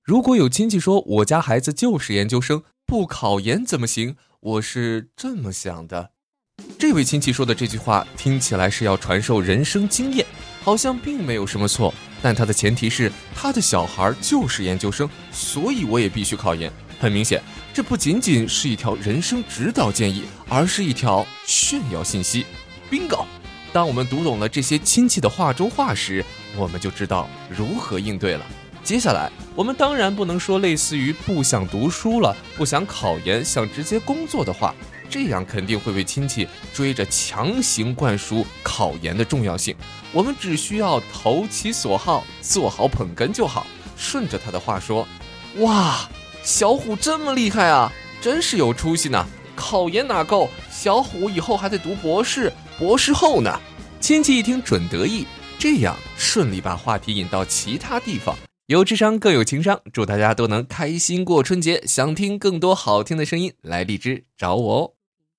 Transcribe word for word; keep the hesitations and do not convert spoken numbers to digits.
如果有亲戚说我家孩子就是研究生，不考研怎么行？我是这么想的。这位亲戚说的这句话听起来是要传授人生经验，好像并没有什么错，但他的前提是他的小孩就是研究生，所以我也必须考研。很明显，这不仅仅是一条人生指导建议，而是一条炫耀信息。 bingo。 当我们读懂了这些亲戚的话中话时，我们就知道如何应对了。接下来我们当然不能说类似于不想读书了，不想考研，想直接工作的话，这样肯定会被亲戚追着强行灌输考研的重要性。我们只需要投其所好，做好捧哏就好，顺着他的话说，哇，小虎这么厉害啊，真是有出息呢，考研哪够，小虎以后还得读博士，博士后呢。亲戚一听准得意，这样顺利把话题引到其他地方。有智商更有情商，祝大家都能开心过春节。想听更多好听的声音，来荔枝找我哦。